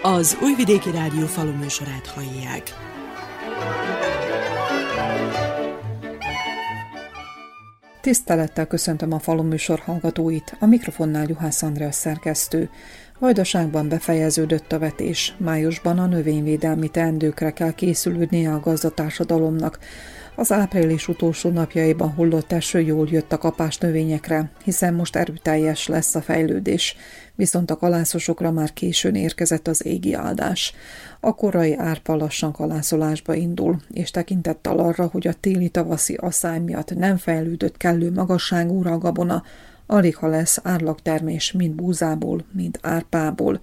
Az Újvidéki Rádió faluműsorát hallják. Tisztelettel köszöntöm a faluműsor hallgatóit, a mikrofonnál Juhász Andrea szerkesztő. Vajdaságban befejeződött a vetés. Májusban a növényvédelmi teendőkre kell készülődnie a gazdatársadalomnak. Az április utolsó napjaiban hullott eső jól jött a kapás növényekre, hiszen most erőteljes lesz a fejlődés, viszont a kalászosokra már későn érkezett az égi áldás. A korai árpa lassan kalászolásba indul, és tekintettel arra, hogy a téli-tavaszi asszály miatt nem fejlődött kellő magasságúra a gabona, aligha lesz árlagtermés mind búzából, mind árpából.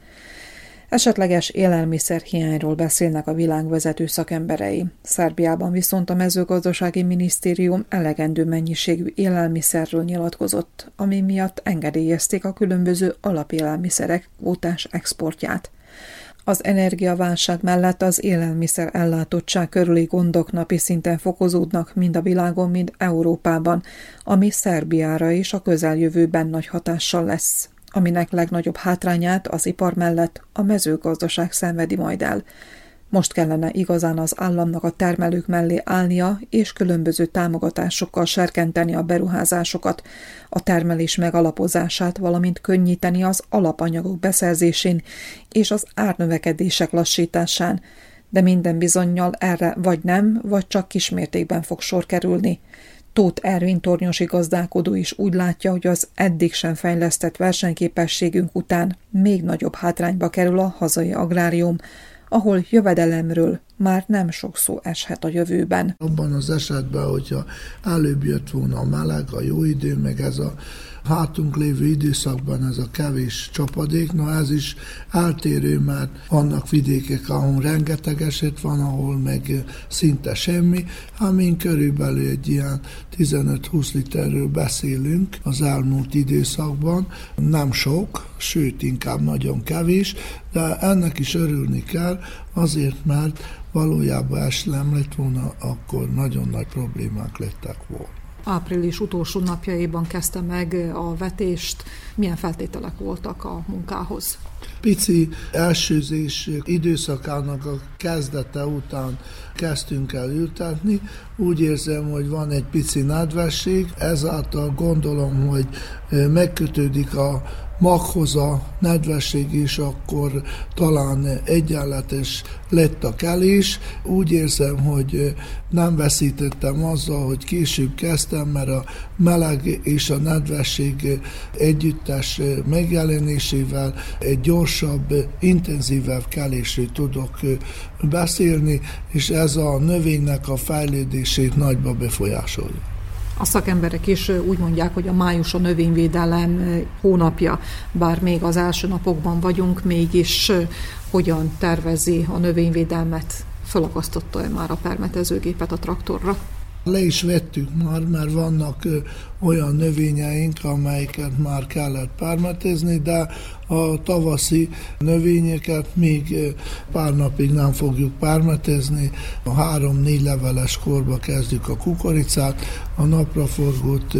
Esetleges élelmiszerhiányról beszélnek a világ vezető szakemberei. Szerbiában viszont a mezőgazdasági minisztérium elegendő mennyiségű élelmiszerről nyilatkozott, ami miatt engedélyezték a különböző alapélelmiszerek kvótás exportját. Az energiaválság mellett az élelmiszer ellátottság körüli gondok napi szinten fokozódnak mind a világon, mind Európában, ami Szerbiára is a közeljövőben nagy hatással lesz, aminek legnagyobb hátrányát az ipar mellett a mezőgazdaság szenvedi majd el. Most kellene igazán az államnak a termelők mellé állnia, és különböző támogatásokkal serkenteni a beruházásokat, a termelés megalapozását, valamint könnyíteni az alapanyagok beszerzésén és az árnövekedések lassításán, de minden bizonnyal erre vagy nem, vagy csak kismértékben fog sor kerülni. Tóth Ervin tornyosi gazdálkodó is úgy látja, hogy az eddig sem fejlesztett versenyképességünk után még nagyobb hátrányba kerül a hazai agrárium, ahol jövedelemről már nem sok szó eshet a jövőben. Abban az esetben, hogyha előbb jött volna a meleg, a jó idő, meg ez a hátunk lévő időszakban ez a kevés csapadék, ez is eltérő, mert vannak vidékek, ahol rengeteg eset van, ahol meg szinte semmi, amin körülbelül egy ilyen 15-20 literről beszélünk az elmúlt időszakban. Nem sok, sőt inkább nagyon kevés, de ennek is örülni kell, azért, mert valójában eső nem lett volna, akkor nagyon nagy problémák lettek volna. Április utolsó napjaiban kezdte meg a vetést. Milyen feltételek voltak a munkához? Pici elsőzés időszakának a kezdete után kezdtünk el ültetni. Úgy érzem, hogy van egy pici nedvesség, ezáltal gondolom, hogy megkötődik a maghoz a nedvesség, és akkor talán egyenletes lett a kelés. Úgy érzem, hogy nem veszítettem azzal, hogy később kezdtem, mert a meleg és a nedvesség együttes megjelenésével egy gyorsabb, intenzívebb kelésről tudok beszélni, és ez a növénynek a fejlődését nagyba befolyásolja. A szakemberek is úgy mondják, hogy a május a növényvédelem hónapja, bár még az első napokban vagyunk, mégis hogyan tervezi a növényvédelmet? Fölakasztotta már a permetezőgépet a traktorra? Le is vettük már, mert vannak olyan növényeink, amelyeket már kellett permetezni, de a tavaszi növényeket még pár napig nem fogjuk permetezni. A 3-4 leveles korba kezdjük a kukoricát, a napraforgót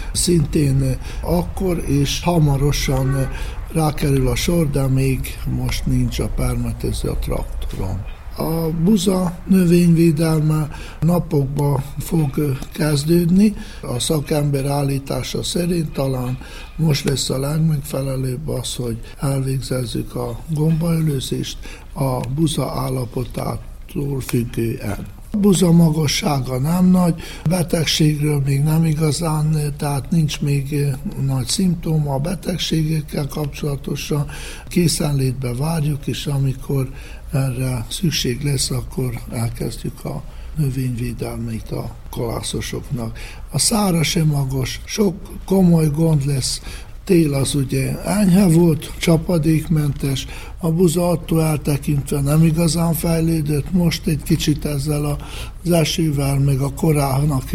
szintén akkor, és hamarosan rákerül a sor, de még most nincs a permetező a traktoron. A buza növényvédelme napokban fog kezdődni. A szakember állítása szerint talán most lesz a legmegfelelőbb az, hogy elvégzezzük a gombaölőzést a buza állapotától függően. A buza magassága nem nagy, betegségről még nem igazán, tehát nincs még nagy szimptóma a betegségekkel kapcsolatosan. Készenlétbe várjuk, és amikor erre szükség lesz, akkor elkezdjük a növényvédelmét a kalászosoknak. A szára sem magas, sok komoly gond lesz. Tél az ugye enyhe volt, csapadékmentes, a buza attól eltekintve nem igazán fejlődött, most egy kicsit ezzel az esővel, meg a korának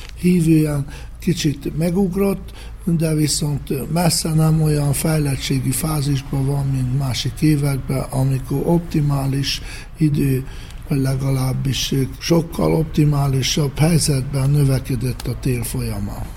hívően kicsit megugrott, de viszont messze nem olyan fejlettségi fázisban van, mint másik években, amikor optimális idő, vagy legalábbis sokkal optimálisabb helyzetben növekedett a tél folyamán.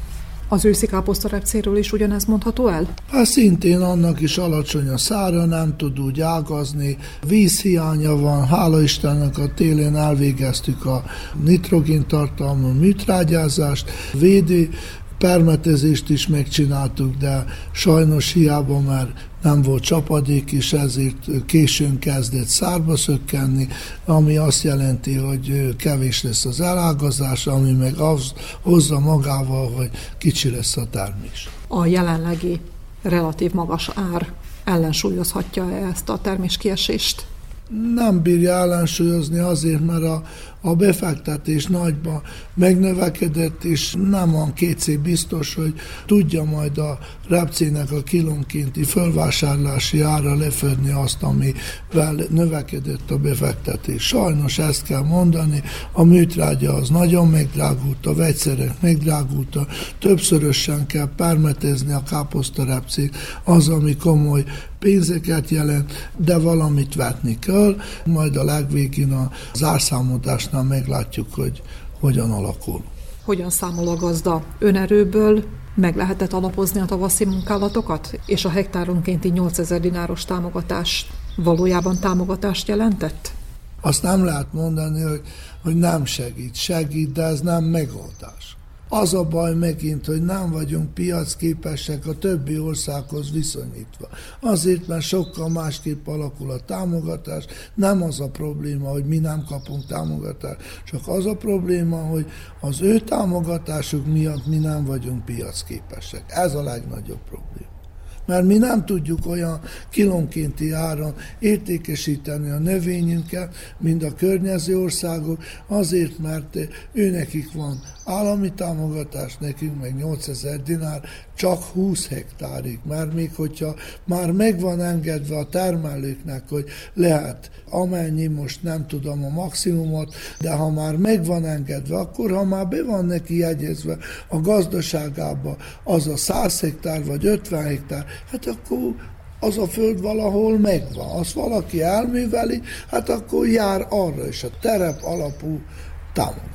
Az őszi káposztarepcéről is ugyanez mondható el? Hát szintén annak is alacsony a szára, nem tud úgy ágazni, vízhiánya van, hála Istennek a télen elvégeztük a nitrogéntartalmú műtrágyázást, védő permetezést is megcsináltuk, de sajnos hiába, mert nem volt csapadék, és ezért későn kezdett szárba szökkenni, ami azt jelenti, hogy kevés lesz az elágazás, ami meg az hozza magával, hogy kicsi lesz a termés. A jelenlegi relatív magas ár ellensúlyozhatja ezt a terméskiesést? Nem bírja ellensúlyozni azért, mert a befektetés nagyban megnövekedett, és nem van kétszer biztos, hogy tudja majd a repcének a kilónkénti fölvásárlási ára lefedni azt, amivel növekedett a befektetés. Sajnos ezt kell mondani, a műtrágya az nagyon megdrágult, a vegyszerek megdrágultak, többszörösen kell permetezni a káposztarepcét, az, ami komoly pénzeket jelent, de valamit vetni kell, majd a legvégén a zárszámadásnál meglátjuk, hogy hogyan alakul. Hogyan számol a gazda? Önerőből meg lehetett alapozni a tavaszi munkálatokat, és a hektáronkénti 8000 dináros támogatás valójában támogatást jelentett? Azt nem lehet mondani, hogy nem segít, de ez nem megoldás. Az a baj megint, hogy nem vagyunk piacképesek a többi országhoz viszonyítva. Azért, mert sokkal másképp alakul a támogatás. Nem az a probléma, hogy mi nem kapunk támogatást, csak az a probléma, hogy az ő támogatásuk miatt mi nem vagyunk piacképesek. Ez a legnagyobb probléma. Mert mi nem tudjuk olyan kilónkénti áron értékesíteni a növényünket, mint a környező országok, azért, mert őnekik van állami támogatás, nekünk meg 8000 dinár, csak 20 hektárig, mert még hogyha már meg van engedve a termelőknek, hogy lehet amennyi, most nem tudom a maximumot, de ha már meg van engedve, akkor ha már be van neki jegyezve a gazdaságába az a 100 hektár vagy 50 hektár, hát akkor az a föld valahol megvan. Azt valaki elműveli, hát akkor jár arra is a terep alapú támogatás.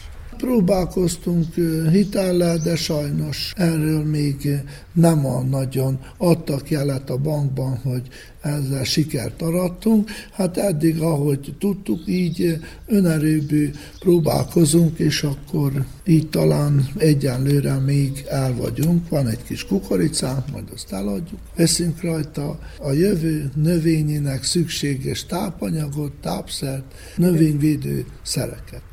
Próbálkoztunk hitellel, de sajnos erről még nem nagyon adtak jelet a bankban, hogy ezzel sikert arattunk. Hát eddig, ahogy tudtuk, így önerőből próbálkozunk, és akkor így talán egyenlőre még el vagyunk. Van egy kis kukoricánk, majd azt eladjuk. Veszünk rajta a jövő növényének szükséges tápanyagot, tápszert, növényvédő szereket.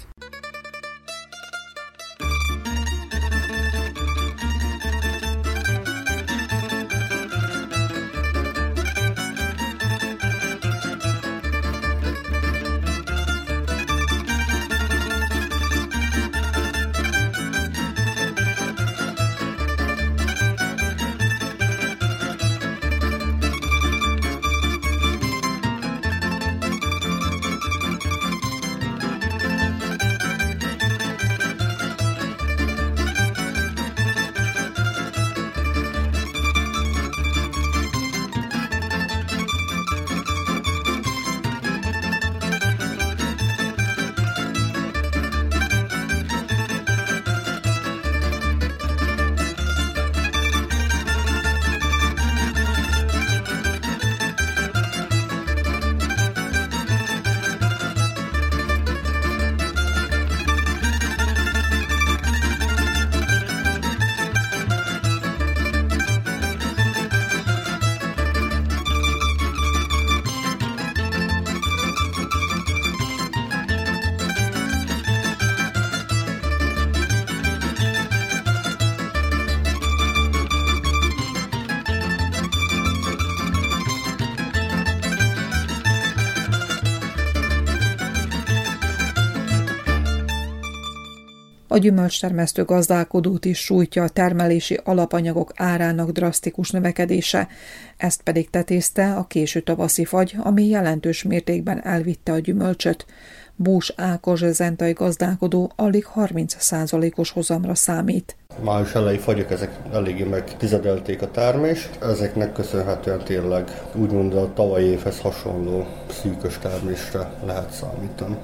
A gyümölcstermesztő gazdálkodót is sújtja a termelési alapanyagok árának drasztikus növekedése, ezt pedig tetézte a késő tavaszi fagy, ami jelentős mértékben elvitte a gyümölcsöt. Bús Ákos zentai gazdálkodó alig 30%-os hozamra számít. Május elejé fagyok, ezek eléggé megtizedelték a termést. Ezeknek köszönhetően tényleg úgymond a tavalyi évhez hasonló szűkös termésre lehet számítani.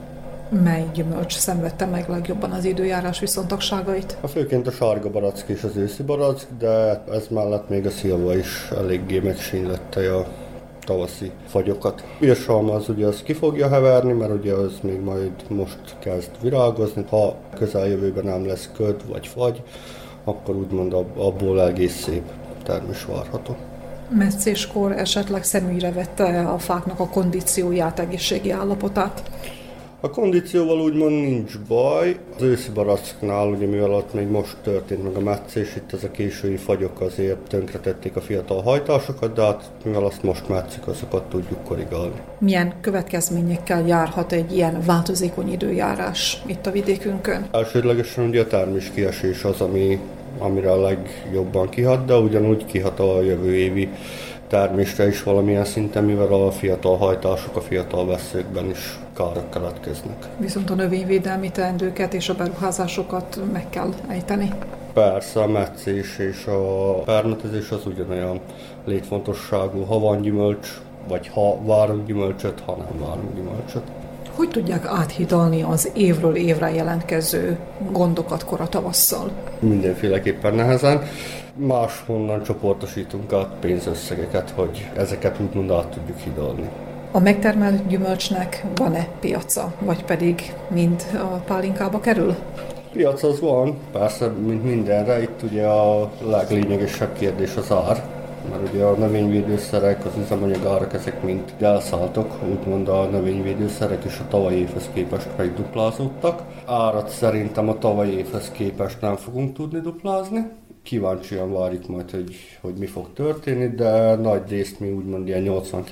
Mely gyümölcs szenvedte meg legjobban az időjárás viszontagságait? Főként a sárga barack és az őszi barack, de ez mellett még a szilva is eléggé megsínlette a tavaszi fagyokat. Birsalma az ugye az ki fogja heverni, mert ugye az még majd most kezd virágozni. Ha közeljövőben nem lesz köd vagy fagy, akkor úgymond abból egész szép termés várható. Metszéskor esetleg szemügyre vette a fáknak a kondícióját, egészségi állapotát? A kondícióval úgymond nincs baj. Az őszi baracknál, ugye mivel ott még most történt meg a metszés, itt ez a késői fagyok azért tönkretették a fiatal hajtásokat, de hát mivel azt most metszik, azokat tudjuk korrigálni. Milyen következményekkel járhat egy ilyen változékony időjárás itt a vidékünkön? Elsődlegesen ugye a terméskiesés az, amire a legjobban kihat, de ugyanúgy kihat a jövő évi termésre is valamilyen szinten, mivel a fiatal hajtások a fiatal vesszőkben is károk keletkeznek. Viszont a növényvédelmi teendőket és a beruházásokat meg kell ejteni. Persze a metszés és a permetezés az ugyanolyan létfontosságú, ha van gyümölcs, vagy ha várunk gyümölcsöt, ha nem várunk gyümölcsöt. Hogy tudják áthidalni az évről évre jelentkező gondokat kora tavasszal? Mindenféleképpen nehezen. Máshonnan csoportosítunk át pénzösszegeket, hogy ezeket úgymond át tudjuk hidalni. A megtermelt gyümölcsnek van-e piaca, vagy pedig mind a pálinkába kerül? Piac az van, persze, mint mindenre. Itt ugye a leglényegesebb kérdés az ár. Mert ugye a növényvédőszerek, az üzemanyagárak, ezek mind elszálltak, úgymond a növényvédőszerek és a tavalyi évhez képest megduplázódtak. Árat szerintem a tavalyi évhez képest nem fogunk tudni duplázni. Kíváncsian várjuk majd, hogy mi fog történni, de nagy részt mi úgymond ilyen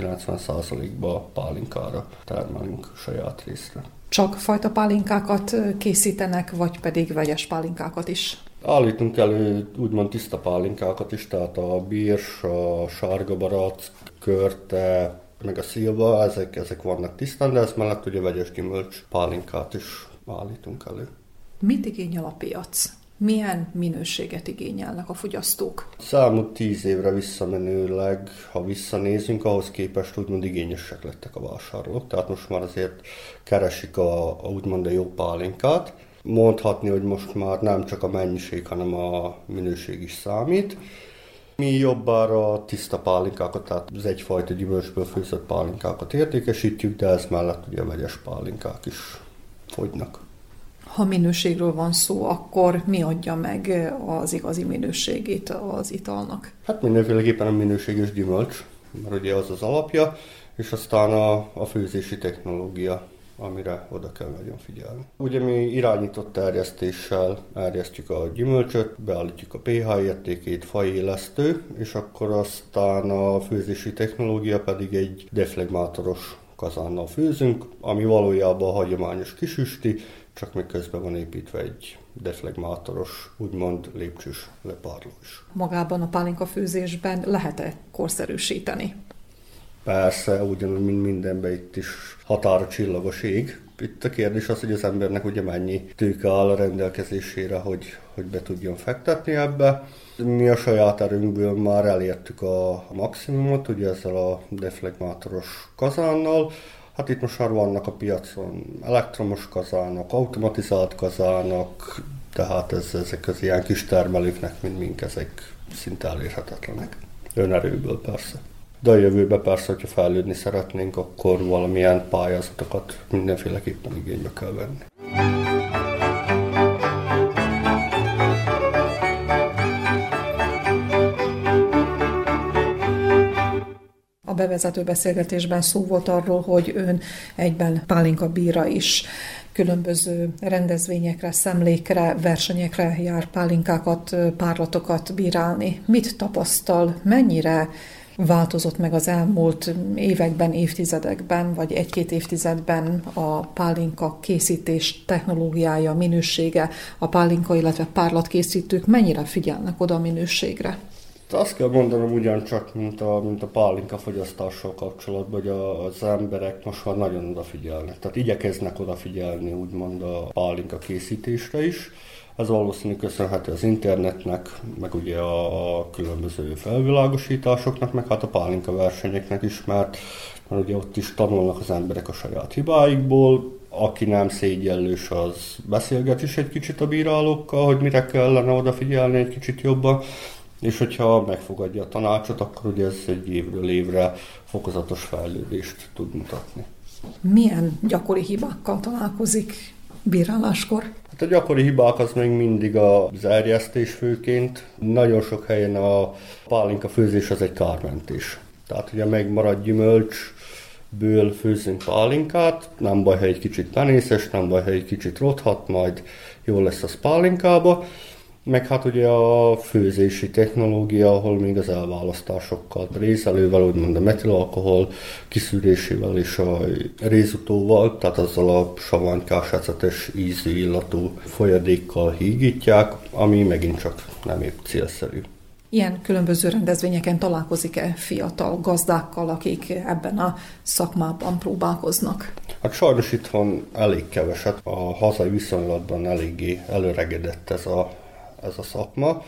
80-90%-ba pálinkára termelünk saját részre. Csak fajta pálinkákat készítenek, vagy pedig vegyes pálinkákat is? Állítunk elő úgymond tiszta pálinkákat is, tehát a birs, a sárga barack, körte, meg a szilva, ezek vannak tisztán, de ez mellett ugye vegyes gyümölcs pálinkát is állítunk elő. Mit igényel a piac? Milyen minőséget igényelnek a fogyasztók? Számú 10 évre visszamenőleg, ha visszanézünk, ahhoz képest úgymond igényesek lettek a vásárlók, tehát most már azért keresik úgymond a jó pálinkát. Mondhatni, hogy most már nem csak a mennyiség, hanem a minőség is számít. Mi jobbára tiszta pálinkákat, tehát az egyfajta gyümölcsből főzött pálinkákat értékesítjük, de ez mellett ugye a vegyes pálinkák is fogynak. Ha minőségről van szó, akkor mi adja meg az igazi minőségét az italnak? Hát mindenféleképpen a minőséges gyümölcs, mert ugye az az alapja, és aztán a főzési technológia, amire oda kell nagyon figyelni. Ugye mi irányított terjesztéssel erjesztjük a gyümölcsöt, beállítjuk a pH értékét, fajélesztő, és akkor aztán a főzési technológia pedig egy deflegmátoros kazánnal főzünk, ami valójában a hagyományos kisüsti, csak még közben van építve egy deflegmátoros, úgymond lépcsős lepárló is. Magában a pálinka főzésben lehet-e korszerűsíteni? Persze, ugyanúgy, mint mindenben itt is határa csillagos ég. Itt a kérdés az, hogy az embernek ugye mennyi tőke áll a rendelkezésére, hogy be tudjon fektetni ebbe. Mi a saját erőnkből már elértük a maximumot, ugye ezzel a deflegmátoros kazánnal. Hát itt most már vannak a piacon elektromos kazánok, automatizált kazánok, tehát ezek az ilyen kis termelőknek, mint mink, ezek szinte elérhetetlenek. Önerőből persze. De a jövőben persze, hogyha fejlődni szeretnénk, akkor valamilyen pályázatokat mindenféleképpen igénybe kell venni. A bevezető beszélgetésben szó volt arról, hogy ön egyben pálinka bíra is, különböző rendezvényekre, szemlékre, versenyekre jár pálinkákat, párlatokat bírálni. Mit tapasztal, mennyire változott meg az elmúlt években, évtizedekben, vagy egy-két évtizedben a pálinka készítés technológiája, minősége, a pálinka, illetve párlatkészítők mennyire figyelnek oda a minőségre? Azt kell mondanom ugyancsak, mint a pálinka fogyasztással kapcsolatban, hogy az emberek most már nagyon odafigyelnek. Tehát igyekeznek odafigyelni úgymond a pálinka készítésre is. Ez valószínűleg köszönhető az internetnek, meg ugye a különböző felvilágosításoknak, meg hát a pálinka versenyeknek is, mert ugye ott is tanulnak az emberek a saját hibáikból. Aki nem szégyellős, az beszélget is egy kicsit a bírálókkal, hogy mire kellene odafigyelni egy kicsit jobban, és hogyha megfogadja a tanácsot, akkor ugye ez egy évről évre fokozatos fejlődést tud mutatni. Milyen gyakori hibákkal találkozik bíráláskor? Hát a gyakori hibák az még mindig az erjesztés főként. Nagyon sok helyen a pálinka főzés az egy kármentés. Tehát ugye megmaradt gyümölcsből főzünk pálinkát, nem baj, ha egy kicsit penészes, nem baj, ha egy kicsit rothat, majd jól lesz az pálinkába. Meg hát ugye a főzési technológia, ahol még az elválasztásokkal, a rézelővel, úgymond a metilalkohol kiszűrésével és a rézutóval, tehát azzal a savanykás, ecetes, ízű, illatú folyadékkal hígítják, ami megint csak nem épp célszerű. Ilyen különböző rendezvényeken találkozik-e fiatal gazdákkal, akik ebben a szakmában próbálkoznak? Hát sajnos itthon elég keveset, a hazai viszonylatban eléggé előregedett ez a szakma,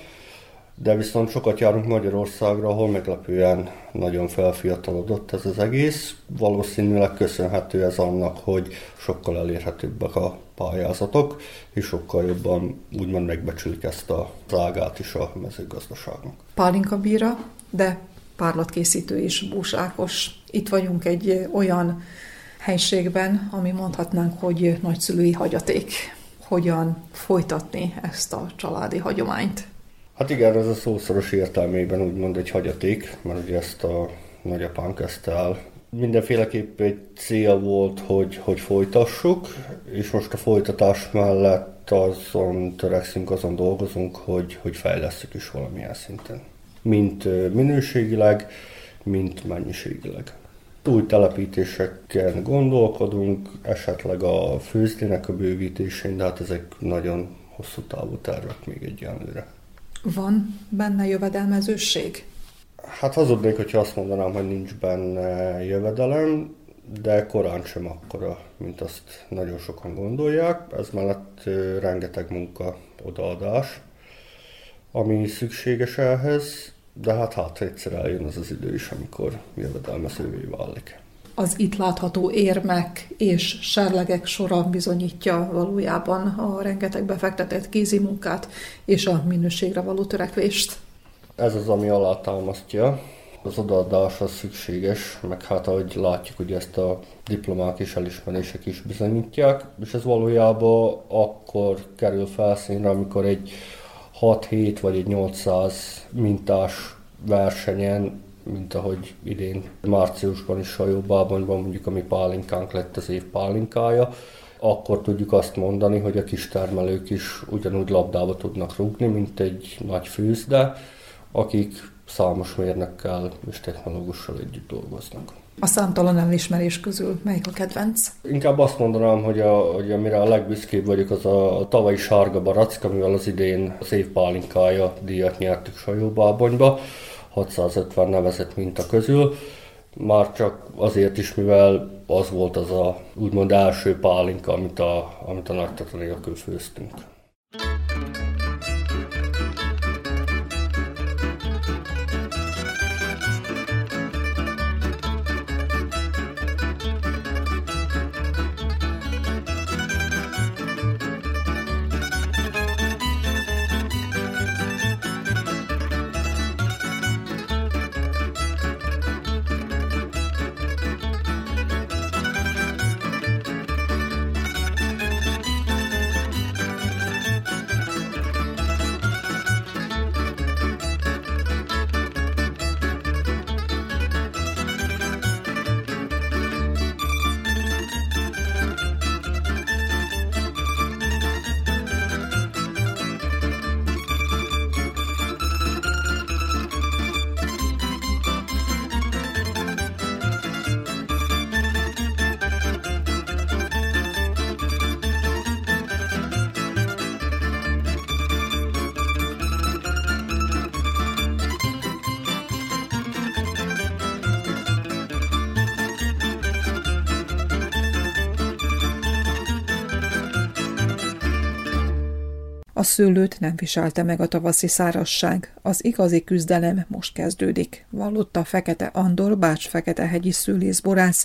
de viszont sokat járunk Magyarországra, ahol meglepően nagyon felfiatalodott ez az egész. Valószínűleg köszönhető ez annak, hogy sokkal elérhetőbbek a pályázatok, és sokkal jobban úgymond megbecsülik ezt az ágát is a mezőgazdaságnak. Pálinka bíra, de párlatkészítő is búsákos. Itt vagyunk egy olyan helységben, ami mondhatnánk, hogy nagyszülői hagyaték. Hogyan folytatni ezt a családi hagyományt? Hát igen, ez a szószoros értelmében úgymond egy hagyaték, mert ugye ezt a nagyapám kezdte el. Mindenféleképp egy cél volt, hogy folytassuk, és most a folytatás mellett azon törekszünk, azon dolgozunk, hogy fejlesszük is valamilyen szinten. Mint minőségileg, mint mennyiségileg. Új telepítéseken gondolkodunk, esetleg a főzdének a bővítésén, de hát ezek nagyon hosszú távú tervek még egyenlőre. Van benne jövedelmezőség? Hát hazudnék, hogyha azt mondanám, hogy nincs benne jövedelem, de korán sem akkora, mint azt nagyon sokan gondolják. Ez mellett rengeteg munka, odaadás, ami szükséges ehhez, de hát egyszer eljön az az idő is, amikor jövedelmezővé válik. Az itt látható érmek és serlegek sora bizonyítja valójában a rengeteg befektetett kézimunkát és a minőségre való törekvést. Ez az, ami alátámasztja. Az odaadás az szükséges, meg hát ahogy látjuk, hogy ezt a diplomák és elismerések is bizonyítják, és ez valójában akkor kerül felszínre, amikor egy 6-7 vagy egy 800 mintás versenyen, mint ahogy idén márciusban is Sajóbábonyban mondjuk a mi pálinkánk lett az év pálinkája, akkor tudjuk azt mondani, hogy a kistermelők is ugyanúgy labdába tudnak rúgni, mint egy nagy főzde, akik számos mérnökkel és technológussal együtt dolgoznak. A számtalan elismerés közül melyik a kedvenc? Inkább azt mondanám, hogy amire a legbüszkébb vagyok, az a tavalyi sárga barack, amivel az idén az év pálinkája díjat nyertük Sajóbábonyba, 650 nevezett minta közül. Már csak azért is, mivel az volt az a úgymond első pálinka, amit a nagytata nélkül főztünk. A szőlőt nem viselte meg a tavaszi szárazság, az igazi küzdelem most kezdődik, vallotta Fekete Andor bács feketehegyi szőlészborász,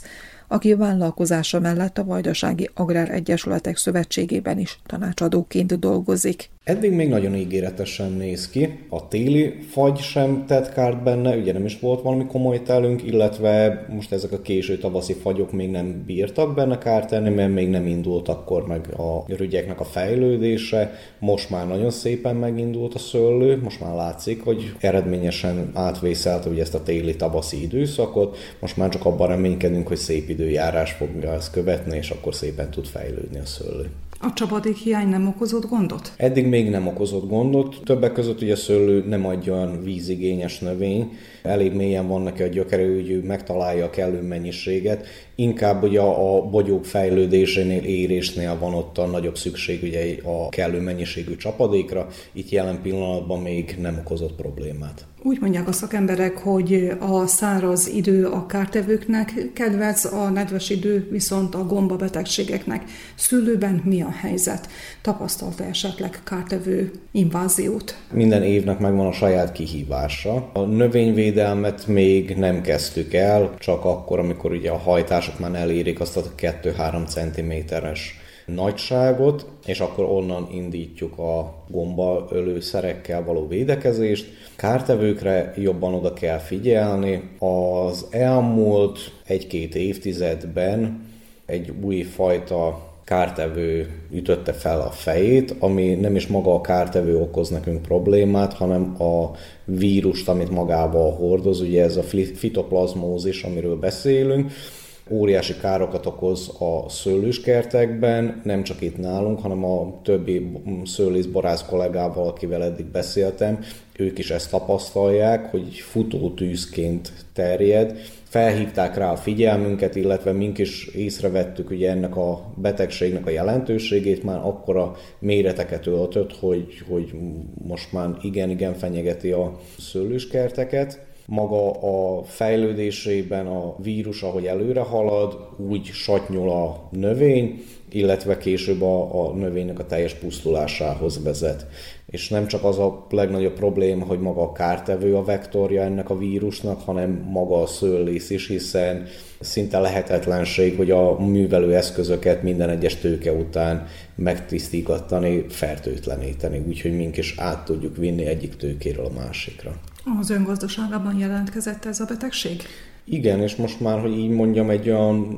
aki vállalkozása mellett a Vajdasági Agrár Egyesületek Szövetségében is tanácsadóként dolgozik. Eddig még nagyon ígéretesen néz ki. A téli fagy sem tett kárt benne, ugye nem is volt valami komoly telünk, illetve most ezek a késő tavaszi fagyok még nem bírtak benne kárt tenni, mert még nem indult akkor meg a rügyeknek a fejlődése. Most már nagyon szépen megindult a szőlő, most már látszik, hogy eredményesen átvészelte ugye ezt a téli-tavaszi időszakot, most már csak abban reménykedünk, hogy szép időjárás fogja ezt követni, és akkor szépen tud fejlődni a szőlő. A csapadék hiány nem okozott gondot? Eddig még nem okozott gondot. Többek között ugye a szőlő nem adja olyan vízigényes növény, elég mélyen van neki a gyökere, hogy megtalálja a kellő mennyiséget. Inkább ugye a bogyók fejlődésénél, érésnél van ott a nagyobb szükség ugye a kellő mennyiségű csapadékra. Itt jelen pillanatban még nem okozott problémát. Úgy mondják a szakemberek, hogy a száraz idő a kártevőknek kedvez, a nedves idő viszont a gombabetegségeknek. Szőlőben mi a helyzet? Tapasztalta esetleg kártevő inváziót? Minden évnek megvan a saját kihívása. A növényvédelmet még nem kezdtük el, csak akkor, amikor ugye a hajtások már elérik azt a 2-3 cm-es nagyságot, és akkor onnan indítjuk a gombaölőszerekkel való védekezést. Kártevőkre jobban oda kell figyelni. Az elmúlt 1-2 évtizedben egy új fajta kártevő ütötte fel a fejét, ami nem is maga a kártevő okoz nekünk problémát, hanem a vírust, amit magával hordoz, ugye ez a fitoplazmózis, amiről beszélünk, óriási károkat okoz a szőlőskertekben, nem csak itt nálunk, hanem a többi szőlészborász kollégával, akivel eddig beszéltem, ők is ezt tapasztalják, hogy futótűzként terjed. Felhívták rá a figyelmünket, illetve mink is észrevettük ugye ennek a betegségnek a jelentőségét, már akkora méreteket öltött, hogy most már igen fenyegeti a szőlőskerteket. Maga a fejlődésében a vírus, ahogy előre halad, úgy satnyol a növény, illetve később a növénynek a teljes pusztulásához vezet. És nem csak az a legnagyobb probléma, hogy maga a kártevő a vektorja ennek a vírusnak, hanem maga a szőlész is, hiszen szinte lehetetlenség, hogy a művelő eszközöket minden egyes tőke után megtisztítani, fertőtleníteni, úgyhogy mink is át tudjuk vinni egyik tőkéről a másikra. Az öngazdaságában jelentkezett ez a betegség? Igen, és most már, hogy így mondjam, egy olyan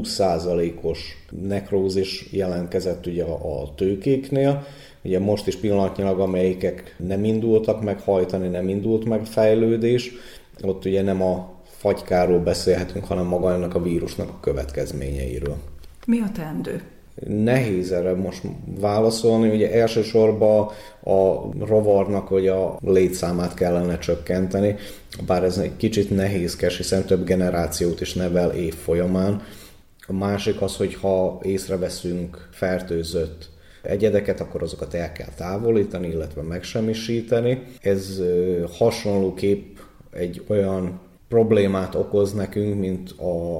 20%-os nekrózis jelentkezett ugye a tőkéknél. Ugye most is pillanatnyilag, amelyikek nem indultak meg hajtani, nem indult meg fejlődés, ott ugye nem a fagykáról beszélhetünk, hanem maga ennek a vírusnak a következményeiről. Mi a teendő? Nehéz erre most válaszolni, ugye elsősorban a rovarnak hogy a létszámát kellene csökkenteni, bár ez egy kicsit nehézkes, hiszen több generációt is nevel év folyamán. A másik az, hogy ha észreveszünk fertőzött egyedeket, akkor azokat el kell távolítani, illetve megsemmisíteni. Ez hasonlóképp egy olyan problémát okoz nekünk, mint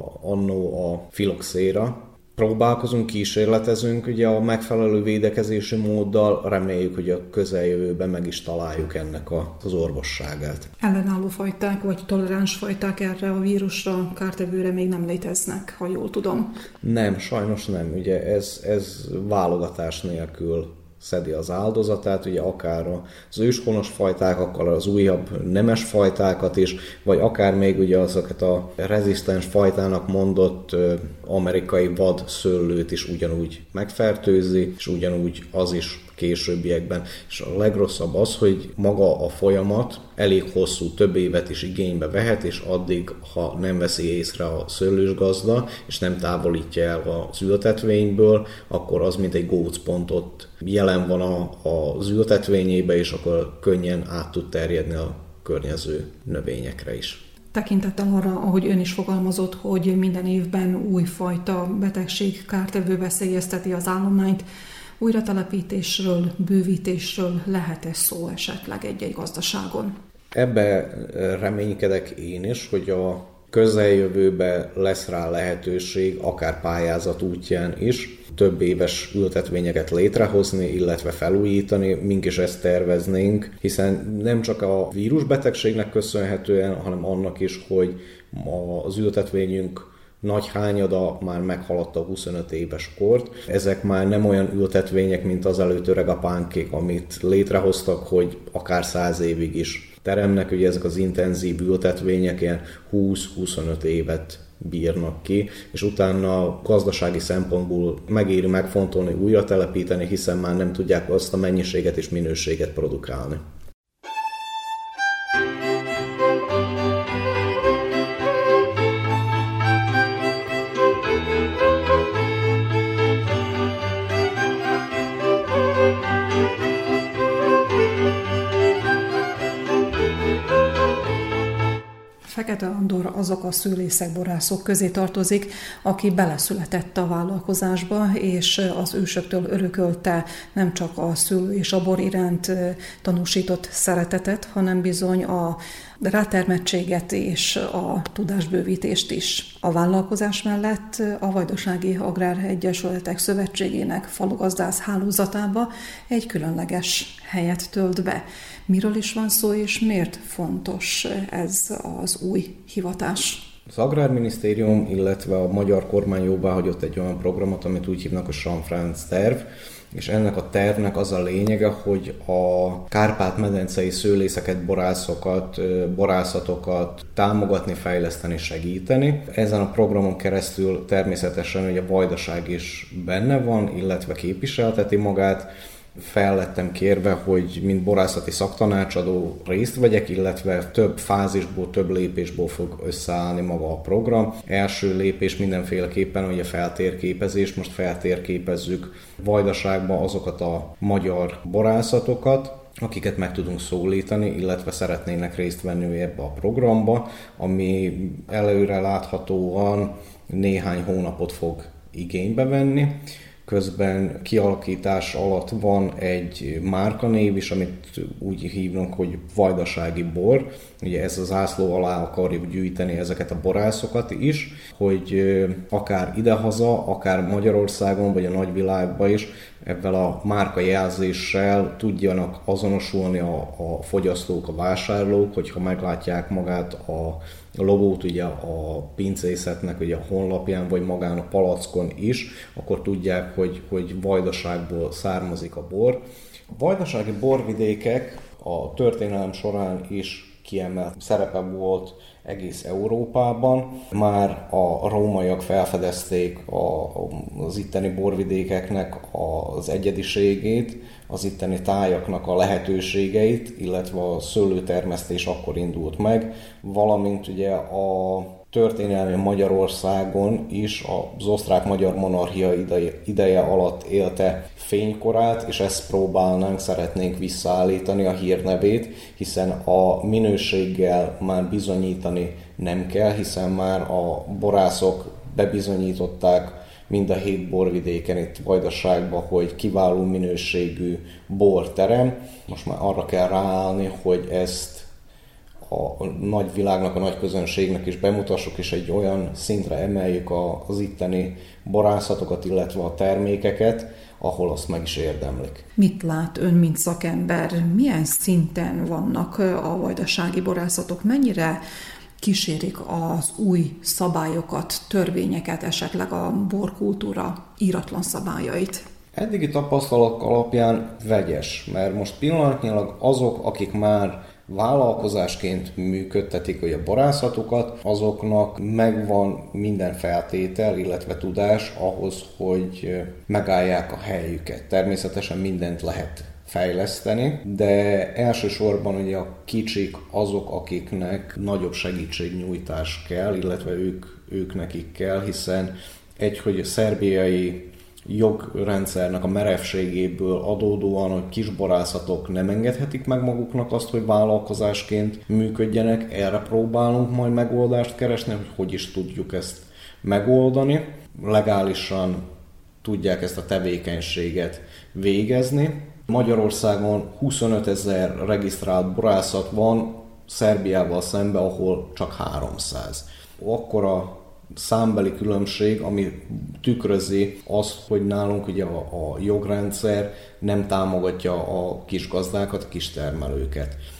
annó a filoxéra. Próbálkozunk, kísérletezünk ugye a megfelelő védekezési móddal, reméljük, hogy a közeljövőben meg is találjuk ennek az orvosságát. Ellenálló fajták vagy toleráns fajták erre a vírusra, kártevőre még nem léteznek, ha jól tudom. Nem, sajnos nem. Ugye ez válogatás nélkül szedi az áldozatát, ugye akár az őshonos fajtákkal, az újabb nemes fajtákat is, vagy akár még ugye azokat a rezisztens fajtának mondott amerikai vad szőlőt is ugyanúgy megfertőzi, és ugyanúgy az is későbbiekben. És a legrosszabb az, hogy maga a folyamat elég hosszú, több évet is igénybe vehet, és addig, ha nem veszi észre a szőlősgazda, és nem távolítja el az ültetvényből, akkor az mint egy gócpont ott jelen van az ültetvényébe, és akkor könnyen át tud terjedni a környező növényekre is. Tekintettel arra, ahogy ön is fogalmazott, hogy minden évben újfajta betegség, kártevő veszélyezteti az állományt, újratelepítésről, bővítésről lehet-e szó esetleg egy-egy gazdaságon? Ebbe reménykedek én is, hogy a közeljövőben lesz rá lehetőség, akár pályázat útján is, több éves ültetvényeket létrehozni, illetve felújítani, mink is ezt terveznénk, hiszen nem csak a vírusbetegségnek köszönhetően, hanem annak is, hogy az ültetvényünk nagy hányada már meghaladta a 25 éves kort. Ezek már nem olyan ültetvények, mint az előtt öregapánkék, amit létrehoztak, hogy akár 100 évig is teremnek. Ugye ezek az intenzív ültetvények ilyen 20-25 évet bírnak ki, és utána gazdasági szempontból megéri megfontolni, újra telepíteni, hiszen már nem tudják azt a mennyiséget és minőséget produkálni. Fekete Andor azok a szőlészek, borászok közé tartozik, aki beleszületett a vállalkozásba, és az ősöktől örökölte nem csak a szőlő és a bor iránt tanúsított szeretetet, hanem bizony a rátermettséget és a tudásbővítést is. A vállalkozás mellett a Vajdasági Agrár Egyesületek Szövetségének falugazdász hálózatába egy különleges helyet tölt be. Miről is van szó, és miért fontos ez az új hivatás? Az Agrárminisztérium, illetve a magyar kormány jóváhagyott egy olyan programot, amit úgy hívnak a Sanfranc terv, és ennek a tervnek az a lényege, hogy a Kárpát-medencei szőlészeket, borászatokat támogatni, fejleszteni, segíteni. Ezen a programon keresztül természetesen ugye a Vajdaság is benne van, illetve képviselteti magát. Fel lettem kérve, hogy mint borászati szaktanácsadó részt vegyek, illetve több fázisból, több lépésból fog összeállni maga a program. Első lépés mindenféleképpen ugye feltérképezés, most feltérképezzük Vajdaságban azokat a magyar borászatokat, akiket meg tudunk szólítani, illetve szeretnének részt venni ebbe a programba, ami előre láthatóan néhány hónapot fog igénybe venni. Közben kialakítás alatt van egy márkanév is, amit úgy hívnak, hogy vajdasági bor. Ugye ez a zászló alá akarjuk gyűjteni ezeket a borászokat is, hogy akár idehaza, akár Magyarországon, vagy a nagyvilágban is ebben a márkajelzéssel tudjanak azonosulni a fogyasztók, a vásárlók, hogyha meglátják magát a logót ugye a pincészetnek ugye a honlapján, vagy magán a palackon is, akkor tudják, hogy Vajdaságból származik a bor. A vajdasági borvidékek a történelem során is kiemelt szerepe volt egész Európában. Már a rómaiak felfedezték az itteni borvidékeknek az egyediségét, az itteni tájaknak a lehetőségeit, illetve a szőlőtermesztés akkor indult meg, valamint ugye a történelmi Magyarországon is az osztrák-magyar monarchia ideje alatt élte fénykorát, és ezt szeretnénk visszaállítani a hírnevét, hiszen a minőséggel már bizonyítani nem kell, hiszen már a borászok bebizonyították mind a 7 borvidéken itt Vajdaságban, hogy kiváló minőségű bor terem. Most már arra kell ráállni, hogy ezt a nagy világnak, a nagy közönségnek is bemutassuk, és egy olyan szintre emeljük az itteni borászatokat, illetve a termékeket, ahol azt meg is érdemlik. Mit lát ön, mint szakember? Milyen szinten vannak a vajdasági borászatok? Mennyire kísérik az új szabályokat, törvényeket, esetleg a borkultúra íratlan szabályait? Eddigi tapasztalatok alapján vegyes, mert most pillanatnyilag azok, akik már vállalkozásként működtetik hogy a borászatokat, azoknak megvan minden feltétel, illetve tudás ahhoz, hogy megállják a helyüket. Természetesen mindent lehet fejleszteni, de elsősorban ugye a kicsik azok, akiknek nagyobb segítségnyújtás kell, illetve ők nekik kell, hiszen hogy a szerbiai jogrendszernek a merevségéből adódóan, hogy kisborászatok nem engedhetik meg maguknak azt, hogy vállalkozásként működjenek. Erre próbálunk majd megoldást keresni, hogy is tudjuk ezt megoldani. Legálisan tudják ezt a tevékenységet végezni. Magyarországon 25 000 regisztrált borászat van, Szerbiával szemben, ahol csak 300. Akkora számbeli különbség, ami tükrözi azt, hogy nálunk ugye a jogrendszer nem támogatja a kisgazdákat, a kistermelőket.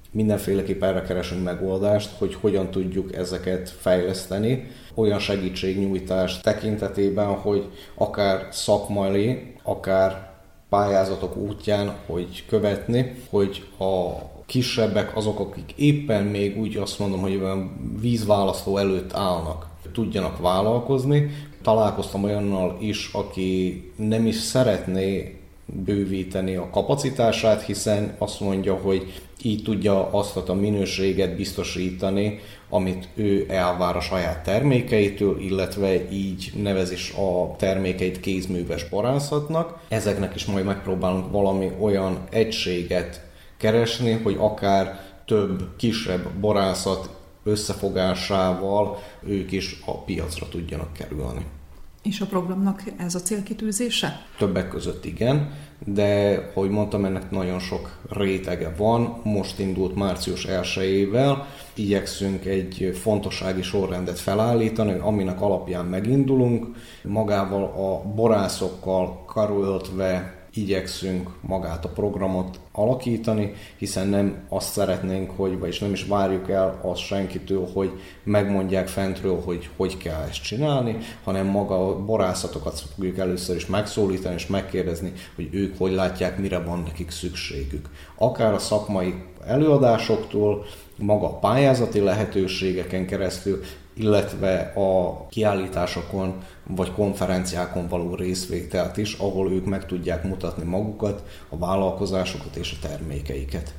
Mindenféleképp erre keresünk megoldást, hogy hogyan tudjuk ezeket fejleszteni, olyan segítségnyújtás tekintetében, hogy akár szakmai, akár pályázatok útján, hogy követni, hogy a kisebbek, azok, akik éppen még úgy azt mondom, hogy olyan vízválasztó előtt állnak, tudjanak vállalkozni. Találkoztam olyannal is, aki nem is szeretné bővíteni a kapacitását, hiszen azt mondja, hogy így tudja azt a minőséget biztosítani, amit ő elvár a saját termékeitől, illetve így nevez is a termékeit kézműves borászatnak. Ezeknek is majd megpróbálunk valami olyan egységet keresni, hogy akár több kisebb borászat összefogásával ők is a piacra tudjanak kerülni. És a programnak ez a célkitűzése? Többek között igen, de, ahogy mondtam, ennek nagyon sok rétege van. Most indult március 1-ével, igyekszünk egy fontossági sorrendet felállítani, aminek alapján megindulunk. Magával a borászokkal karöltve igyekszünk magát a programot alakítani, hiszen nem azt szeretnénk, vagyis nem is várjuk el azt senkitől, hogy megmondják fentről, hogy kell ezt csinálni, hanem maga a borászatokat fogjuk először is megszólítani és megkérdezni, hogy ők hogy látják, mire van nekik szükségük. Akár a szakmai előadásoktól, maga a pályázati lehetőségeken keresztül, illetve a kiállításokon vagy konferenciákon való részvételt is, ahol ők meg tudják mutatni magukat, a vállalkozásokat és a termékeiket.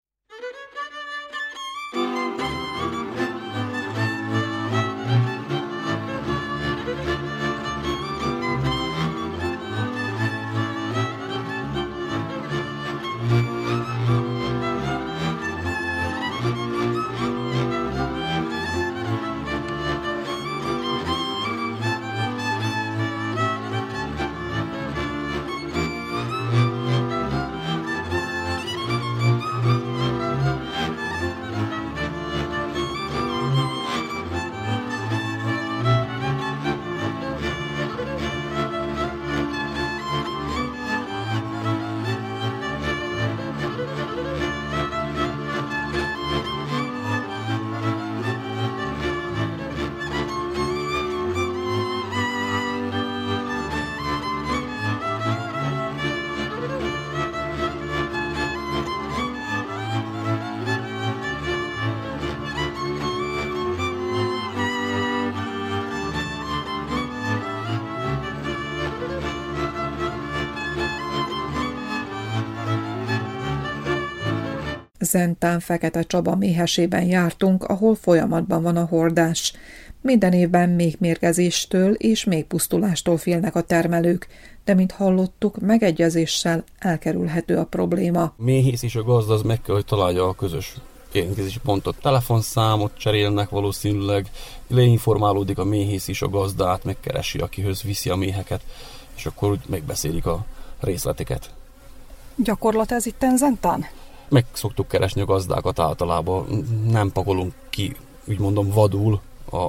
Zentán Fekete Csaba méhesében jártunk, ahol folyamatban van a hordás. Minden évben még mérgezéstől és még pusztulástól félnek a termelők, de mint hallottuk, megegyezéssel elkerülhető a probléma. Méhész és a gazda az meg kell, hogy találja a közös érintkezési pontot. Telefonszámot cserélnek valószínűleg, leinformálódik a méhész is a gazdát, megkeresi, akihöz viszi a méheket, és akkor úgy megbeszélik a részleteket. Gyakorlat ez itt Zentán? Meg szoktuk keresni a gazdákat általában, nem pakolunk ki, úgy mondom, vadul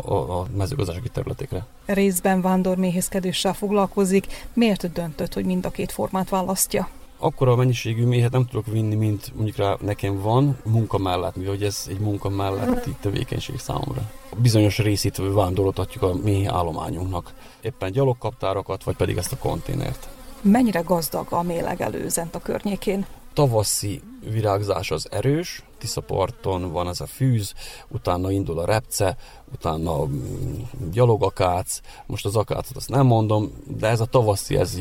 a mezőgazdasági területekre. Részben vándorméhészkedéssel foglalkozik. Miért döntött, hogy mind a két formát választja? Akkora mennyiségű méhet nem tudok vinni, mint mondjuk rá nekem van munka mellett, mivel ez egy munka melletti tevékenység számomra. Bizonyos részét vándoroltatjuk a méh állományunknak. Éppen gyalogkaptárakat, vagy pedig ezt a konténert. Mennyire gazdag a méhlegelő Zenta környékén? Tavaszi virágzás az erős, Tiszaparton van ez a fűz, utána indul a repce, utána gyalogakác, most az akácot azt nem mondom, de ez a tavaszi, ez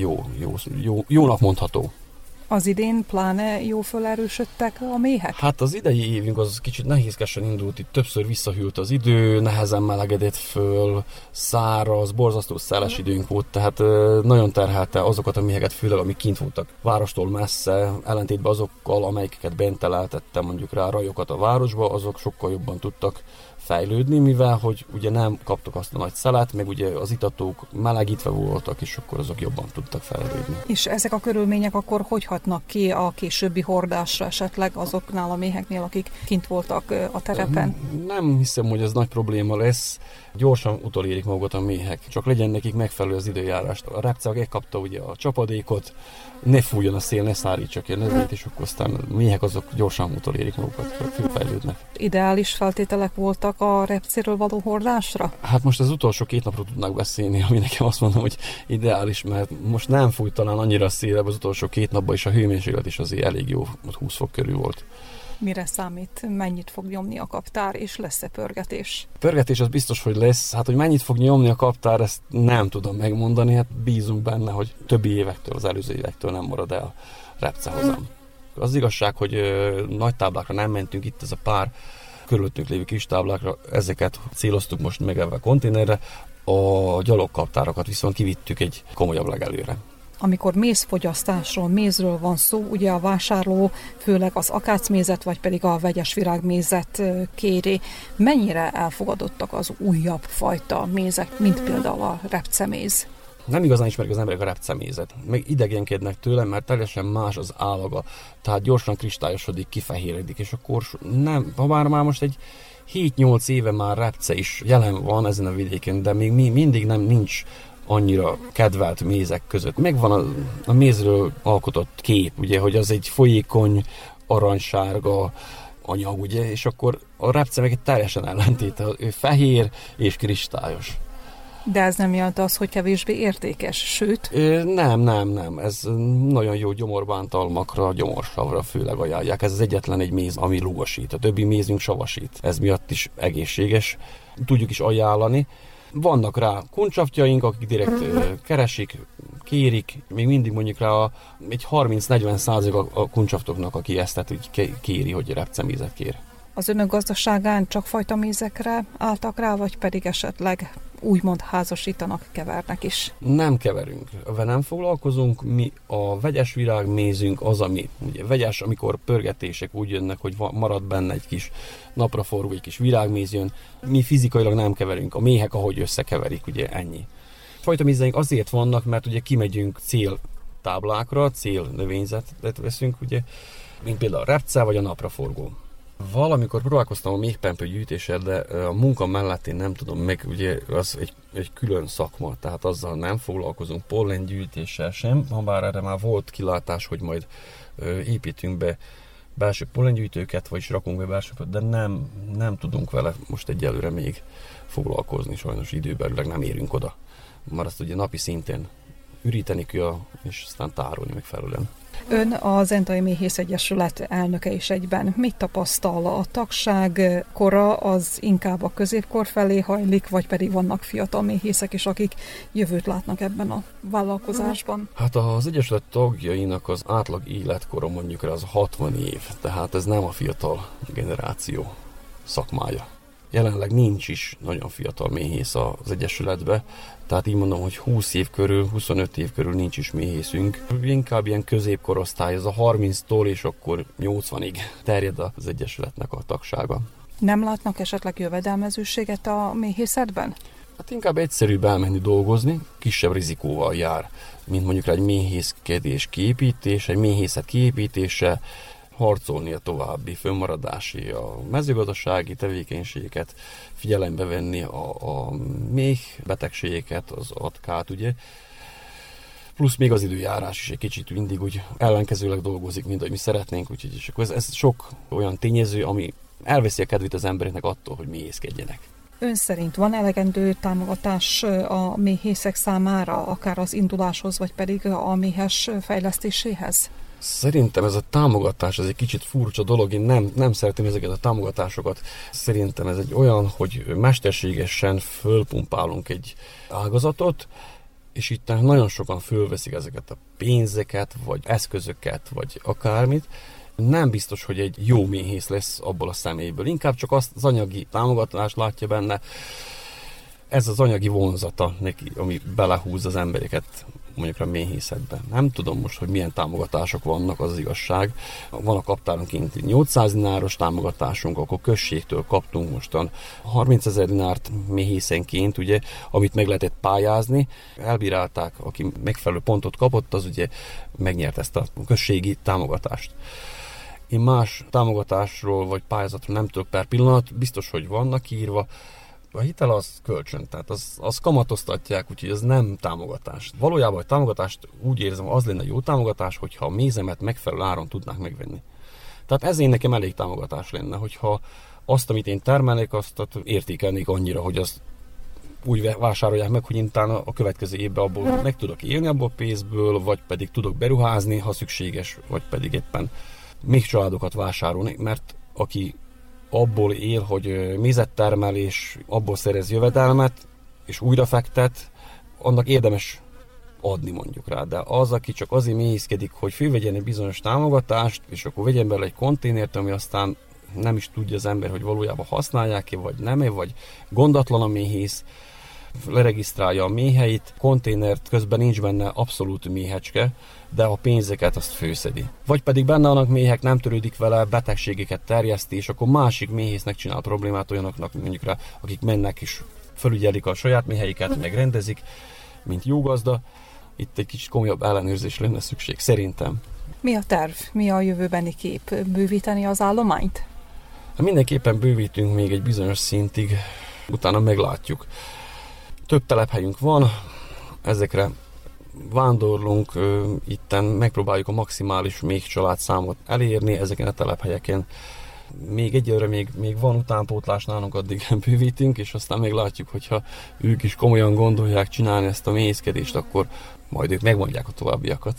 jónak mondható. Az idén pláne jó felerősödtek a méhek? Hát az idei évünk az kicsit nehézkesen indult, itt többször visszahűlt az idő, nehezen melegedett föl, száraz, borzasztó szeles időnk volt, tehát nagyon terhelte azokat a méheket, főleg amik kint voltak várostól messze, ellentétben azokkal, amelyeket bent teleltettem mondjuk rá rajokat a városba, azok sokkal jobban tudtak fejlődni, mivel hogy ugye nem kaptak azt a nagy szelet, meg ugye az itatók melegítve voltak, és akkor azok jobban tudtak fejlődni. És ezek a körülmények akkor hogy hatnak ki a későbbi hordásra esetleg azoknál a méheknél, akik kint voltak a terepen? Nem hiszem, hogy ez nagy probléma lesz. Gyorsan utolérik magukat a méhek. Csak legyen nekik megfelelő az időjárást. A repce megkapta ugye a csapadékot, ne fújjon a szél, ne szárítsa ki a növényt, és akkor aztán a méhek azok gyorsan utolérik magukat, fölfejlődnek. Ideális feltételek voltak a repcéről való hordásra? Hát most az utolsó 2 napról tudnak beszélni, ami nekem azt mondom, hogy ideális, mert most nem fújt talán annyira szélebb az utolsó 2 napban, és a hőmérséklet is azért elég jó, 20 fok körül volt. Mire számít, mennyit fog nyomni a kaptár, és lesz-e pörgetés? Pörgetés az biztos, hogy lesz. Hát, hogy mennyit fog nyomni a kaptár, ezt nem tudom megmondani. Hát bízunk benne, hogy többi évektől, az előző évektől nem marad el repcehozam. Az igazság, hogy nagy táblákra nem mentünk, itt ez a pár körülöttünk lévő kis táblákra, ezeket céloztuk most meg ebben a konténerre, a gyalogkaptárakat viszont kivittük egy komolyabb legelőre. Amikor mézfogyasztásról, mézről van szó, ugye a vásárló főleg az akácmézet, vagy pedig a vegyes virágmézet kéri. Mennyire elfogadottak az újabb fajta mézek, mint például a repceméz? Nem igazán ismerik az emberek a repcemézet. Meg idegenkednek tőle, mert teljesen más az állaga. Tehát gyorsan kristályosodik, kifehéredik, és akkor nem, ha már most egy 7-8 éve már repce is jelen van ezen a vidéken, de még mindig nincs annyira kedvelt mézek között. Megvan a mézről alkotott kép, ugye, hogy az egy folyékony, aranysárga anyag, ugye, és akkor a repce meg egy teljesen ellentéte, ő fehér és kristályos. De ez nem jelent az, hogy kevésbé értékes, sőt? Nem. Ez nagyon jó gyomorbántalmakra, gyomorsavra főleg ajánlják. Ez az egyetlen egy méz, ami lúgosít. A többi mézünk savasít. Ez miatt is egészséges. Tudjuk is ajánlani. Vannak rá kuncsaftjaink, akik direkt keresik, kérik, még mindig mondjuk rá egy 30-40% a kuncsaftoknak, aki ezt kéri, hogy repcemézet kér. Az önök gazdaságán csak fajta mézekre álltak rá, vagy pedig esetleg úgymond házasítanak, kevernek is? Nem keverünk, nem foglalkozunk, mi a vegyes virágmézünk az, ami ugye vegyes, amikor pörgetések úgy jönnek, hogy marad benne egy kis napraforgó, egy kis virágméz jön, mi fizikailag nem keverünk, a méhek ahogy összekeverik, ugye ennyi. Fajta mézeink azért vannak, mert ugye kimegyünk céltáblákra, célnövényzetet veszünk, ugye, mint például a repce vagy a napraforgó. Valamikor próbálkoztam a méhpempő gyűjtéssel, de a munka mellett én nem tudom meg, ugye az egy külön szakma, tehát azzal nem foglalkozunk, pollengyűjtéssel sem, ha bár erre már volt kilátás, hogy majd építünk be belső pollengyűjtőket, vagyis rakunk be belső, de nem tudunk vele most egyelőre még foglalkozni, sajnos időbelileg nem érünk oda. Már azt ugye napi szinten üríteni kell, és aztán tárolni megfelelően. Ön a Zentai Méhész Egyesület elnöke is egyben. Mit tapasztal? A tagság kora az inkább a középkor felé hajlik, vagy pedig vannak fiatal méhészek is, akik jövőt látnak ebben a vállalkozásban? Hát az Egyesület tagjainak az átlag életkora mondjuk az 60 év, tehát ez nem a fiatal generáció szakmája. Jelenleg nincs is nagyon fiatal méhész az Egyesületbe, tehát így mondom, hogy 20 év körül, 25 év körül nincs is méhészünk. Inkább ilyen középkorosztály, ez a 30-tól és akkor 80-ig terjed az Egyesületnek a tagsága. Nem látnak esetleg jövedelmezőséget a méhészetben? Hát inkább egyszerűbb elmenni dolgozni, kisebb rizikóval jár, mint mondjuk egy méhészkedés kiépítése, egy méhészet kiépítése, harcolni a további fönnmaradási, a mezőgazdasági tevékenységeket, figyelembe venni a méh betegségeket, az atkát, ugye. Plusz még az időjárás is egy kicsit mindig úgy ellenkezőleg dolgozik, mint ahogy mi szeretnénk, úgyhogy és akkor ez sok olyan tényező, ami elveszi a kedvét az embereknek attól, hogy méhészkedjenek. Ön szerint van elegendő támogatás a méhészek számára, akár az induláshoz, vagy pedig a méhes fejlesztéséhez? Szerintem ez a támogatás, ez egy kicsit furcsa dolog, én nem szeretem ezeket a támogatásokat. Szerintem ez egy olyan, hogy mesterségesen fölpumpálunk egy ágazatot, és itt nagyon sokan fölveszik ezeket a pénzeket, vagy eszközöket, vagy akármit. Nem biztos, hogy egy jó méhész lesz abból a személyből. Inkább csak azt az anyagi támogatást látja benne. Ez az anyagi vonzata neki, ami belehúz az embereket mondjuk a méhészetben. Nem tudom most, hogy milyen támogatások vannak, az igazság. Van a kaptáronként 800 dináros támogatásunk, akkor községtől kaptunk mostan 30 000 dinárt méhészenként, ugye, amit meg lehetett pályázni. Elbírálták, aki megfelelő pontot kapott, az ugye megnyert ezt a községi támogatást. Én más támogatásról vagy pályázatról nem tudok per pillanat, biztos, hogy vannak írva. A hitel az kölcsön, tehát az kamatoztatják, úgyhogy ez nem támogatás. Valójában a támogatást úgy érzem, az lenne jó támogatás, hogyha a mézemet megfelelő áron tudnák megvenni. Tehát ezért nekem elég támogatás lenne, hogyha azt, amit én termelnék, azt értékelnék annyira, hogy az úgy vásárolják meg, hogy én utána a következő évben abból meg tudok élni abból a pénzből, vagy pedig tudok beruházni, ha szükséges, vagy pedig éppen még családokat vásárolni, mert aki abból él, hogy mézet termel, és abból szerez jövedelmet, és újra fektet, annak érdemes adni mondjuk rá. De az, aki csak azért méhészkedik, hogy fölvegyen egy bizonyos támogatást, és akkor vegyen belőle egy konténert, ami aztán nem is tudja az ember, hogy valójában használják-e, vagy nem-e, vagy gondatlan a méhész, leregisztrálja a méheit, konténert, közben nincs benne abszolút méhecske, de a pénzeket azt főszedi. Vagy pedig benne vannak méhek, nem törődik vele, betegségeket terjeszti, és akkor másik méhésznek csinál problémát olyanoknak, mondjuk rá, akik mennek és felügyelik a saját méheiket, meg rendezik, mint jó gazda. Itt egy kicsit komolyabb ellenőrzés lenne szükség, szerintem. Mi a terv? Mi a jövőbeni kép? Bővíteni az állományt? Mindenképpen bővítünk még egy bizonyos szintig, utána meglátjuk. Több telephelyünk van, ezekre vándorlunk, itten megpróbáljuk a maximális méhcsaládszámot elérni ezeken a telephelyeken. Még egyelőre még van utánpótlás nálunk, addig bővítünk, és aztán meglátjuk, hogyha ők is komolyan gondolják csinálni ezt a méhészkedést, akkor majd ők megmondják a továbbiakat.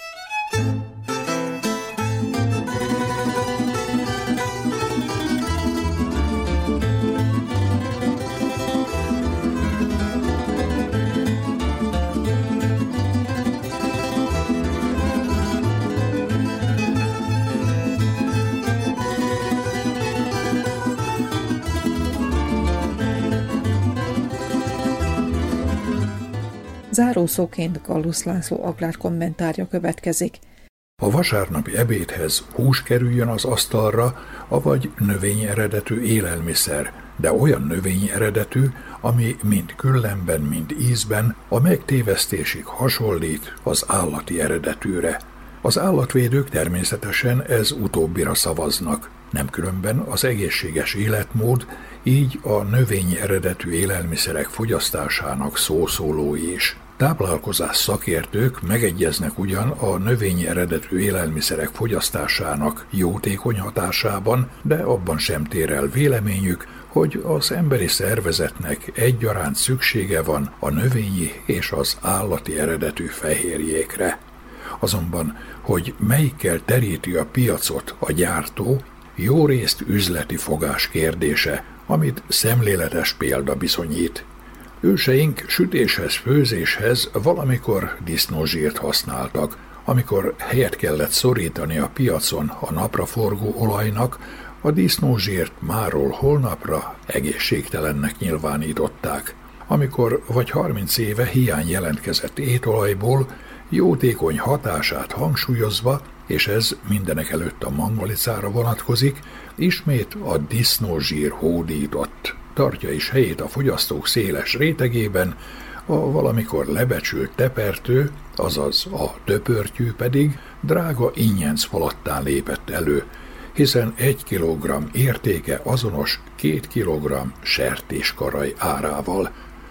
Zárószóként Gallusz László agrárkommentárja következik. A vasárnapi ebédhez hús kerüljön az asztalra, avagy növényi eredetű élelmiszer, de olyan növényi eredetű, ami mind küllemben, mind ízben a megtévesztésig hasonlít az állati eredetűre. Az állatvédők természetesen ez utóbbira szavaznak, nem különben az egészséges életmód, így a növényi eredetű élelmiszerek fogyasztásának szószólói is. Táplálkozás szakértők megegyeznek ugyan a növényi eredetű élelmiszerek fogyasztásának jótékony hatásában, de abban sem tér el véleményük, hogy az emberi szervezetnek egyaránt szüksége van a növényi és az állati eredetű fehérjékre. Azonban, hogy melyikkel teríti a piacot a gyártó, jó részt üzleti fogás kérdése, amit szemléletes példa bizonyít. Őseink sütéshez, főzéshez valamikor disznózsírt használtak, amikor helyet kellett szorítani a piacon a napraforgó olajnak, a disznózsírt máról holnapra egészségtelennek nyilvánították. Amikor vagy 30 éve hiány jelentkezett étolajból, jótékony hatását hangsúlyozva, és ez mindenekelőtt a mangalicára vonatkozik, ismét a disznózsír hódított. Tartja is helyét a fogyasztók széles rétegében, a valamikor lebecsült tepertő, azaz a töpörtyű pedig drága ingyenc falattán lépett elő, hiszen 1 kilogramm értéke azonos 2 kilogramm sertéskaraj árával.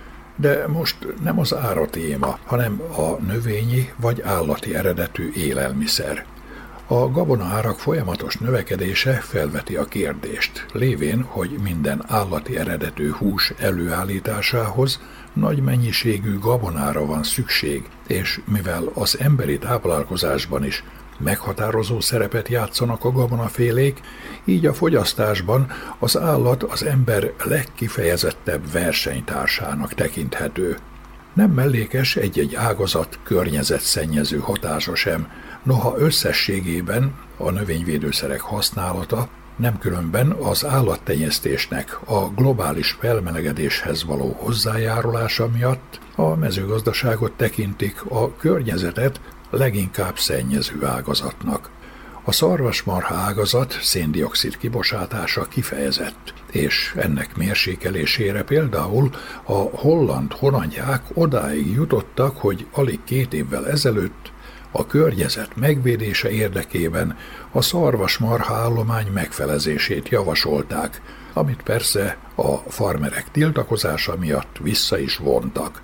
De most nem az ára téma, hanem a növényi vagy állati eredetű élelmiszer. A gabonaárak folyamatos növekedése felveti a kérdést, lévén, hogy minden állati eredetű hús előállításához nagy mennyiségű gabonára van szükség, és mivel az emberi táplálkozásban is meghatározó szerepet játszanak a gabonafélék, így a fogyasztásban az állat az ember legkifejezettebb versenytársának tekinthető. Nem mellékes egy-egy ágazat környezetszennyező hatása sem, noha összességében a növényvédőszerek használata Nem különben az állattenyésztésnek a globális felmelegedéshez való hozzájárulása miatt a mezőgazdaságot tekintik a környezetet leginkább szennyező ágazatnak. A szarvasmarha ágazat szén-dioxid kibocsátása kifejezett, és ennek mérsékelésére például a holland honanyák odáig jutottak, hogy alig 2 évvel ezelőtt a környezet megvédése érdekében a szarvasmarha állomány megfelezését javasolták, amit persze a farmerek tiltakozása miatt vissza is vontak.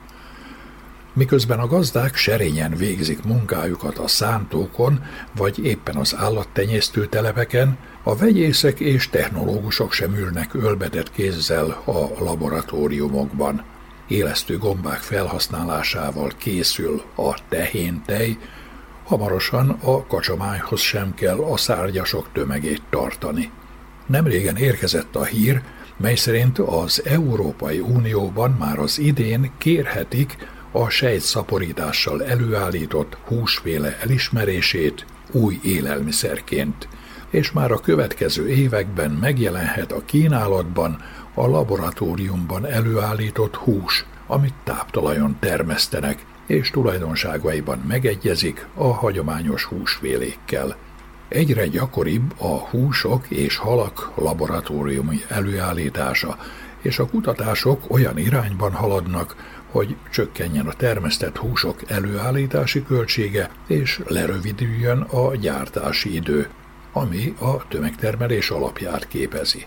Miközben a gazdák serényen végzik munkájukat a szántókon, vagy éppen az állattenyésztő telepeken, a vegyészek és technológusok sem ülnek ölbetett kézzel a laboratóriumokban. Élesztő gombák felhasználásával készül a tehéntej, hamarosan a kacsamájhoz sem kell a szárnyasok tömegét tartani. Nemrégen érkezett a hír, mely szerint az Európai Unióban már az idén kérhetik a sejtszaporítással előállított húsféle elismerését új élelmiszerként, és már a következő években megjelenhet a kínálatban a laboratóriumban előállított hús, amit táptalajon termesztenek, és tulajdonságaiban megegyezik a hagyományos húsfélékkel. Egyre gyakoribb a húsok és halak laboratóriumi előállítása, és a kutatások olyan irányban haladnak, hogy csökkenjen a termesztett húsok előállítási költsége, és lerövidüljön a gyártási idő, ami a tömegtermelés alapját képezi.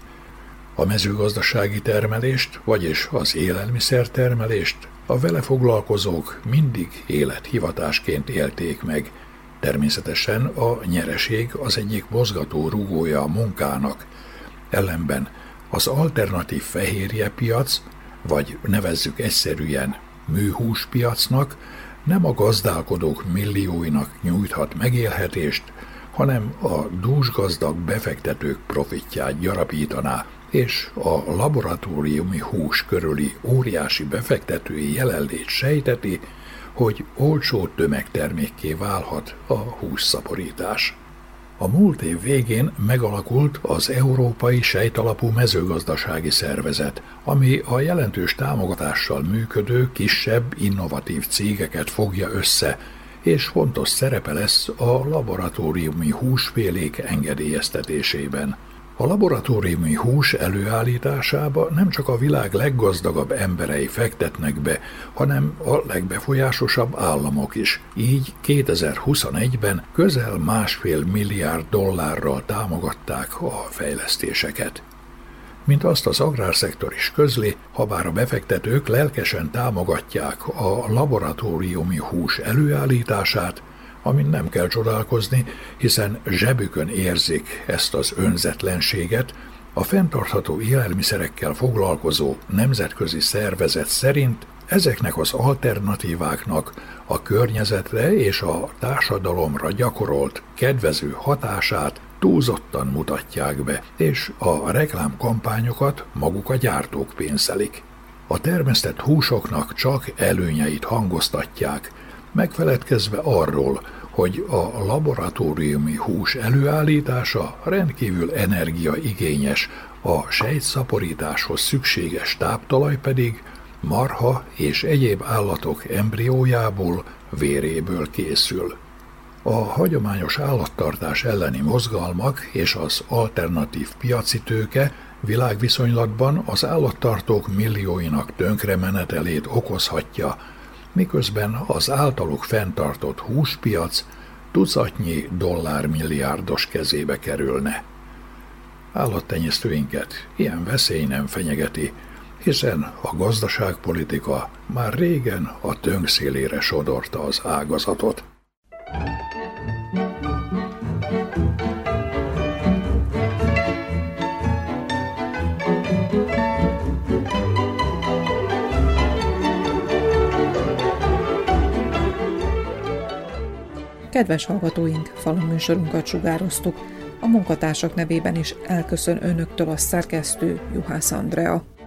A mezőgazdasági termelést, vagyis az élelmiszertermelést a vele foglalkozók mindig élethivatásként élték meg. Természetesen a nyereség az egyik mozgató rugója a munkának. Ellenben az alternatív fehérjepiac, vagy nevezzük egyszerűen műhúspiacnak, nem a gazdálkodók millióinak nyújthat megélhetést, hanem a dúsgazdag befektetők profitját gyarapítaná, és a laboratóriumi hús körüli óriási befektetői jelenlét sejteti, hogy olcsó tömegtermékké válhat a hússzaporítás. A múlt év végén megalakult az Európai Sejtalapú Mezőgazdasági Szervezet, ami a jelentős támogatással működő kisebb, innovatív cégeket fogja össze, és fontos szerepe lesz a laboratóriumi húsfélék engedélyeztetésében. A laboratóriumi hús előállításába nem csak a világ leggazdagabb emberei fektetnek be, hanem a legbefolyásosabb államok is. Így 2021-ben közel $1,5 milliárd támogatták a fejlesztéseket. Mint azt az agrárszektor is közli, habár a befektetők lelkesen támogatják a laboratóriumi hús előállítását, amin nem kell csodálkozni, hiszen zsebükön érzik ezt az önzetlenséget, a fenntartható élelmiszerekkel foglalkozó nemzetközi szervezet szerint ezeknek az alternatíváknak a környezetre és a társadalomra gyakorolt kedvező hatását túlzottan mutatják be, és a reklámkampányokat maguk a gyártók pénzelik. A termesztett húsoknak csak előnyeit hangoztatják, megfeledkezve arról, hogy a laboratóriumi hús előállítása rendkívül energiaigényes, a sejtszaporításhoz szükséges táptalaj pedig marha és egyéb állatok embriójából, véréből készül. A hagyományos állattartás elleni mozgalmak és az alternatív piaci tőke világviszonylatban az állattartók millióinak tönkremenetelét okozhatja, miközben az általuk fenntartott húspiac tucatnyi dollármilliárdos kezébe kerülne. Állattenyésztőinket ilyen veszély nem fenyegeti, hiszen a gazdaságpolitika már régen a tönk szélére sodorta az ágazatot. Kedves hallgatóink, faluműsorunkat sugároztuk. A munkatársak nevében is elköszön önöktől a szerkesztő, Juhász Andrea.